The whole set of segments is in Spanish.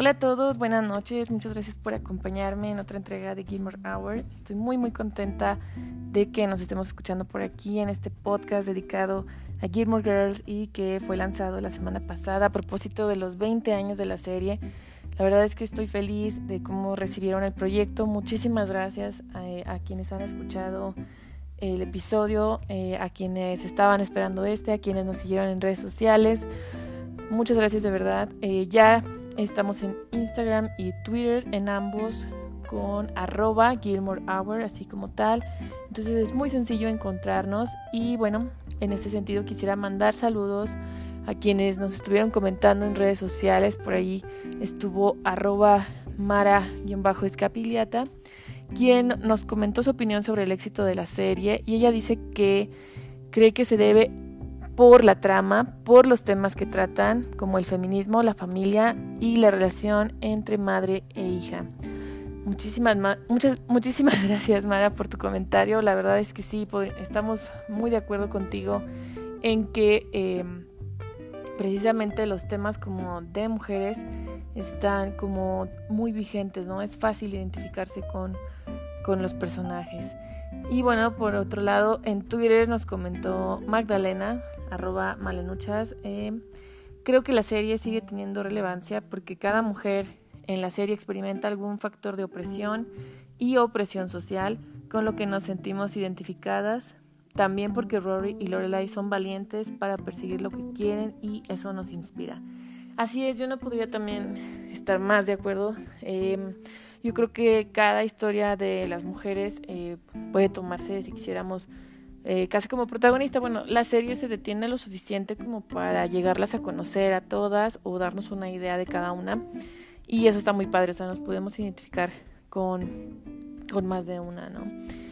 Hola a todos, buenas noches, muchas gracias por acompañarme en otra entrega de Gilmore Hour. Estoy muy contenta de que nos estemos escuchando por aquí en este podcast dedicado a Gilmore Girls y que fue lanzado la semana pasada a propósito de los 20 años de la serie. La verdad es que estoy feliz de cómo recibieron el proyecto. Muchísimas gracias a quienes han escuchado el episodio, a quienes estaban esperando a quienes nos siguieron en redes sociales. Muchas gracias de verdad. Ya estamos en Instagram y Twitter, en ambos con @Gilmore Hour, así como tal. Entonces es muy sencillo encontrarnos y bueno, en este sentido quisiera mandar saludos a quienes nos estuvieron comentando en redes sociales. Por ahí estuvo @Mara_Escapiliata, quien nos comentó su opinión sobre el éxito de la serie y ella dice que cree que se debe por la trama, por los temas que tratan, como el feminismo, la familia y la relación entre madre e hija. Muchísimas gracias, Mara, por tu comentario. La verdad es que sí, estamos muy de acuerdo contigo en que precisamente los temas como de mujeres están como muy vigentes, ¿no? Es fácil identificarse con los personajes. Y bueno, por otro lado, en Twitter nos comentó Magdalena, @Malenuchas, creo que la serie sigue teniendo relevancia porque cada mujer en la serie experimenta algún factor de opresión y opresión social con lo que nos sentimos identificadas, también porque Rory y Lorelai son valientes para perseguir lo que quieren y eso nos inspira. Así es, yo no podría también estar más de acuerdo. Yo creo que cada historia de las mujeres puede tomarse, si quisiéramos, casi como protagonista. Bueno, la serie se detiene lo suficiente como para llegarlas a conocer a todas o darnos una idea de cada una. Y eso está muy padre, o sea, nos podemos identificar con más de una, ¿no?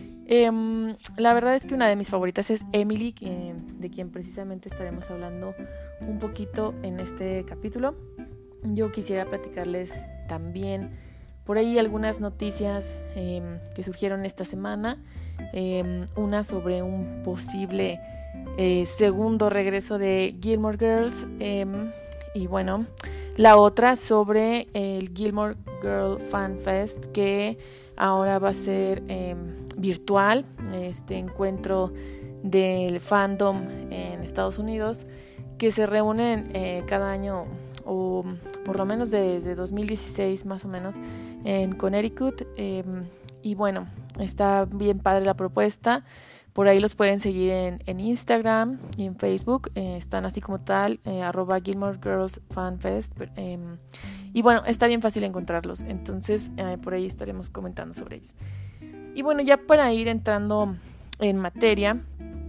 La verdad es que una de mis favoritas es Emily, de quien precisamente estaremos hablando un poquito en este capítulo. Yo quisiera platicarles también por ahí algunas noticias que surgieron esta semana. Una sobre un posible segundo regreso de Gilmore Girls. Y bueno, la otra sobre el Gilmore Girl Fan Fest, que ahora va a ser virtual, este encuentro del fandom en Estados Unidos, que se reúnen cada año, o por lo menos desde 2016 más o menos, en Connecticut. Y bueno, está bien padre la propuesta. Por ahí los pueden seguir en Instagram y en Facebook. Están así como tal, @Gilmore Girls Fan Fest. Y bueno, está bien fácil encontrarlos. Entonces, por ahí estaremos comentando sobre ellos. Y bueno, ya para ir entrando en materia,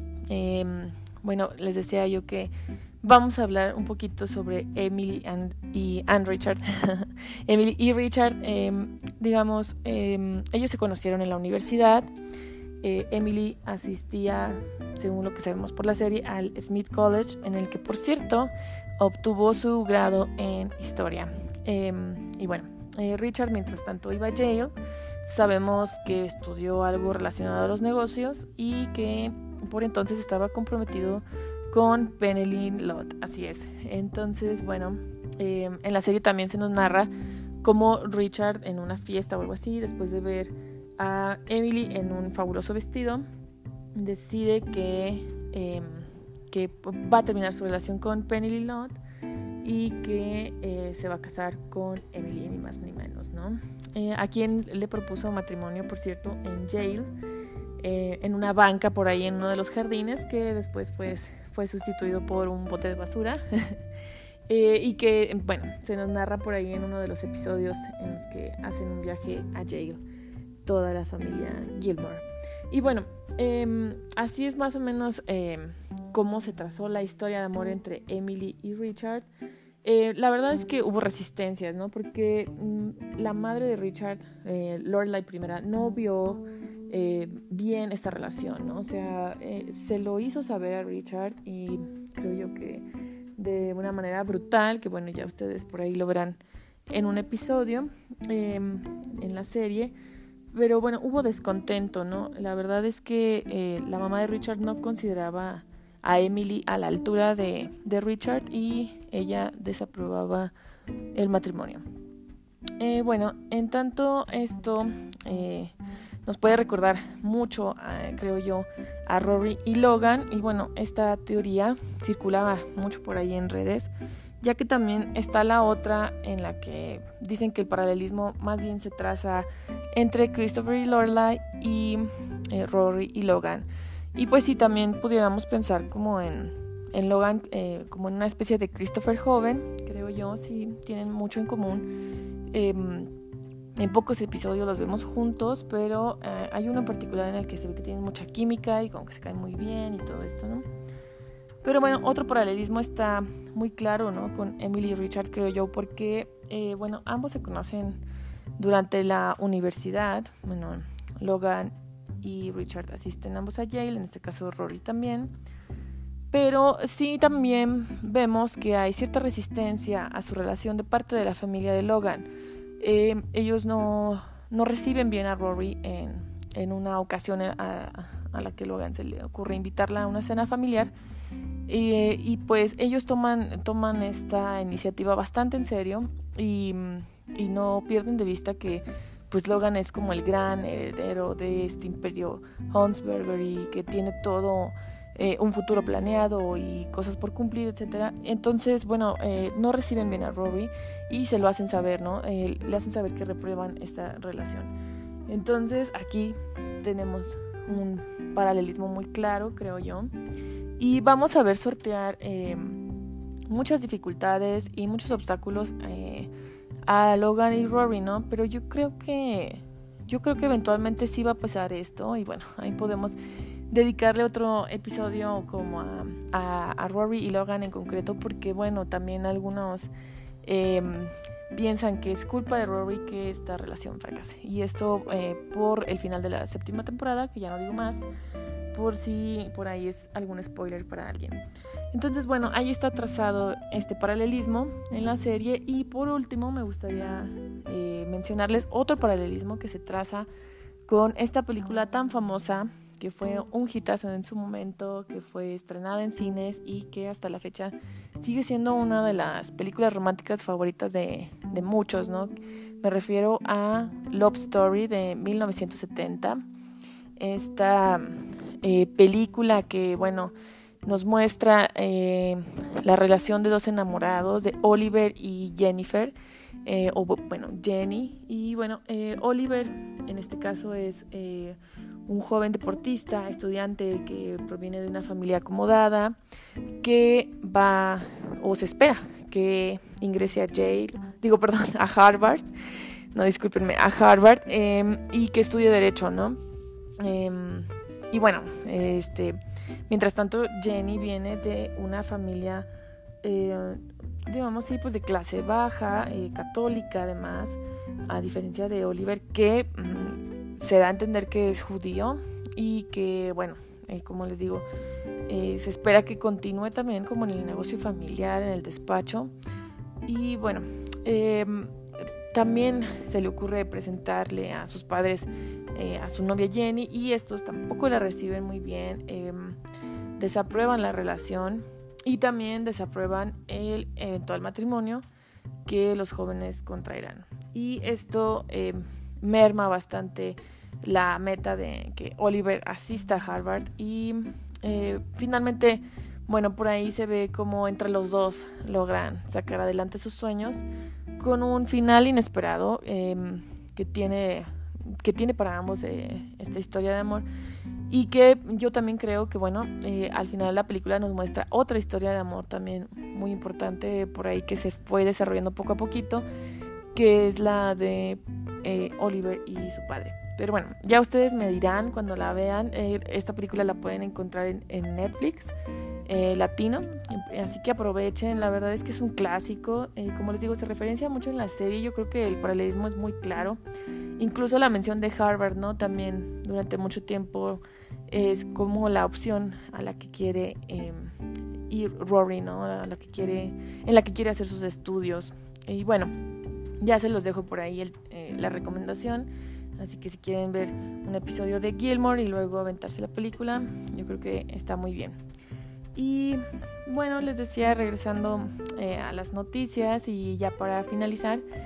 bueno, les decía yo que vamos a hablar un poquito sobre Emily y Richard. Emily y Richard, digamos, ellos se conocieron en la universidad. Emily asistía, según lo que sabemos por la serie, al Smith College, en el que, por cierto, obtuvo su grado en historia. Y bueno, Richard, mientras tanto, iba a Yale. Sabemos que estudió algo relacionado a los negocios y que por entonces estaba comprometido con Penelyn Lott, así es. Entonces, bueno, en la serie también se nos narra cómo Richard, en una fiesta o algo así, después de ver a Emily en un fabuloso vestido, decide que va a terminar su relación con Penelyn Lott y que se va a casar con Emily, ni más ni menos, ¿no? A quien le propuso matrimonio, por cierto, en Yale, en una banca por ahí en uno de los jardines, que después pues fue sustituido por un bote de basura. Y que, bueno, se nos narra por ahí en uno de los episodios en los que hacen un viaje a Yale, toda la familia Gilmore. Y bueno, así es más o menos cómo se trazó la historia de amor entre Emily y Richard. La verdad es que hubo resistencias, ¿no? Porque la madre de Richard, Lorelai primera, no vio bien esta relación, ¿no? O sea, se lo hizo saber a Richard y creo yo que de una manera brutal, que bueno, ya ustedes por ahí lo verán en un episodio en la serie. Pero bueno, hubo descontento, ¿no? La verdad es que la mamá de Richard no consideraba a Emily a la altura de Richard y ella desaprobaba el matrimonio. Bueno, en tanto esto nos puede recordar mucho, creo yo, a Rory y Logan. Y bueno, esta teoría circulaba mucho por ahí en redes, ya que también está la otra en la que dicen que el paralelismo más bien se traza entre Christopher y Lorelai y Rory y Logan. Y pues sí, también pudiéramos pensar como en Logan, como en una especie de Christopher joven, creo yo, sí tienen mucho en común. En pocos episodios los vemos juntos, pero hay uno en particular en el que se ve que tienen mucha química y como que se caen muy bien y todo esto, ¿no? Pero bueno, otro paralelismo está muy claro, ¿no? Con Emily y Richard, creo yo, porque, bueno, ambos se conocen durante la universidad. Bueno, Logan y Richard asisten ambos a Yale, en este caso Rory también. Pero sí también vemos que hay cierta resistencia a su relación de parte de la familia de Logan. Ellos no reciben bien a Rory en una ocasión a la que Logan se le ocurre invitarla a una cena familiar. Y pues ellos toman esta iniciativa bastante en serio y no pierden de vista que pues Logan es como el gran heredero de este imperio Huntsberger y que tiene todo un futuro planeado y cosas por cumplir, etcétera. Entonces, bueno, no reciben bien a Rory y se lo hacen saber, ¿no? Le hacen saber que reprueban esta relación. Entonces, aquí tenemos un paralelismo muy claro, creo yo. Y vamos a ver sortear muchas dificultades y muchos obstáculos a Logan y Rory, ¿no? Pero yo creo que eventualmente sí va a pasar esto. Y bueno, ahí podemos dedicarle otro episodio como a Rory y Logan en concreto, porque bueno, también algunos piensan que es culpa de Rory que esta relación fracase. Y esto por el final de la 7ª temporada, que ya no digo más, por si por ahí es algún spoiler para alguien. Entonces, bueno, ahí está trazado este paralelismo en la serie. Y por último, me gustaría mencionarles otro paralelismo que se traza con esta película tan famosa, que fue un hitazo en su momento, que fue estrenada en cines y que hasta la fecha sigue siendo una de las películas románticas favoritas de muchos, ¿no? Me refiero a Love Story de 1970. Esta película que, bueno, nos muestra la relación de dos enamorados, de Oliver y Jennifer, Jenny. Y bueno, Oliver en este caso es un joven deportista, estudiante que proviene de una familia acomodada, que va, o se espera que ingrese a Harvard, a Harvard, y que estudie Derecho, ¿no? Y bueno, mientras tanto Jenny viene de una familia, digamos, sí, pues de clase baja, católica además, a diferencia de Oliver, que se da a entender que es judío y que, bueno, como les digo, se espera que continúe también como en el negocio familiar, en el despacho. Y bueno, también se le ocurre presentarle a sus padres a su novia Jenny, y estos tampoco la reciben muy bien, desaprueban la relación y también desaprueban el eventual matrimonio que los jóvenes contraerán. Y esto merma bastante la meta de que Oliver asista a Harvard y finalmente, bueno, por ahí se ve como entre los dos logran sacar adelante sus sueños con un final inesperado que tiene para ambos esta historia de amor, y que yo también creo que, bueno, al final la película nos muestra otra historia de amor también muy importante por ahí que se fue desarrollando poco a poquito, que es la de Oliver y su padre. Pero bueno, ya ustedes me dirán cuando la vean. Esta película la pueden encontrar en Netflix latino, así que aprovechen. La verdad es que es un clásico, como les digo, se referencia mucho en la serie. Yo creo que el paralelismo es muy claro, incluso la mención de Harvard, ¿no? También durante mucho tiempo es como la opción a la que quiere ir Rory, ¿no? En la que quiere hacer sus estudios. Y bueno, ya se los dejo por ahí la recomendación. Así que si quieren ver un episodio de Gilmore y luego aventarse la película, yo creo que está muy bien. Y bueno, les decía, regresando a las noticias y ya para finalizar,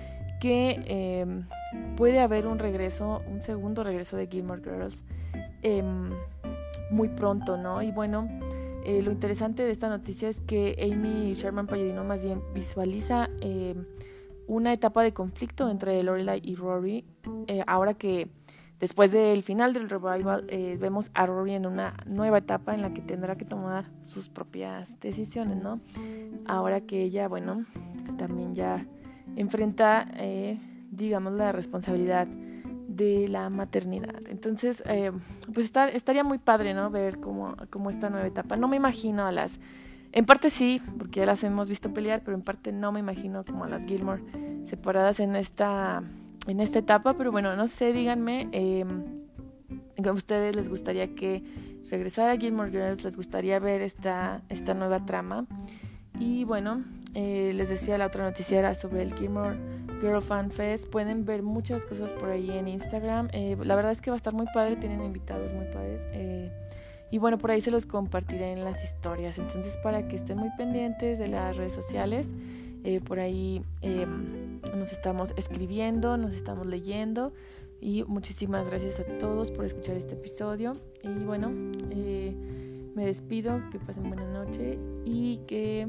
que puede haber un segundo regreso de Gilmore Girls muy pronto, ¿no? Y bueno, lo interesante de esta noticia es que Amy Sherman Palladino más bien visualiza una etapa de conflicto entre Lorelai y Rory, ahora que después del final del revival vemos a Rory en una nueva etapa en la que tendrá que tomar sus propias decisiones, ¿no? Ahora que ella, bueno, también ya enfrenta, digamos, la responsabilidad de la maternidad. Entonces, pues estaría muy padre, ¿no? Ver cómo esta nueva etapa. No me imagino en parte sí, porque ya las hemos visto pelear, pero en parte no me imagino como a las Gilmore separadas en esta etapa, pero bueno, no sé, díganme, ¿a ustedes les gustaría que regresara Gilmore Girls? ¿Les gustaría ver esta nueva trama? Y bueno, les decía, la otra noticia era sobre el Gilmore Girl Fan Fest. Pueden ver muchas cosas por ahí en Instagram. La verdad es que va a estar muy padre, tienen invitados muy padres. Y bueno, por ahí se los compartiré en las historias. Entonces, para que estén muy pendientes de las redes sociales, por ahí nos estamos escribiendo, nos estamos leyendo. Y muchísimas gracias a todos por escuchar este episodio. Y bueno, me despido, que pasen buena noche y que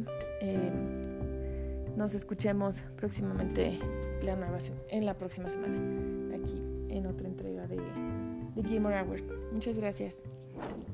nos escuchemos próximamente en la próxima semana, aquí en otra entrega de Gilmore Hour. Muchas gracias.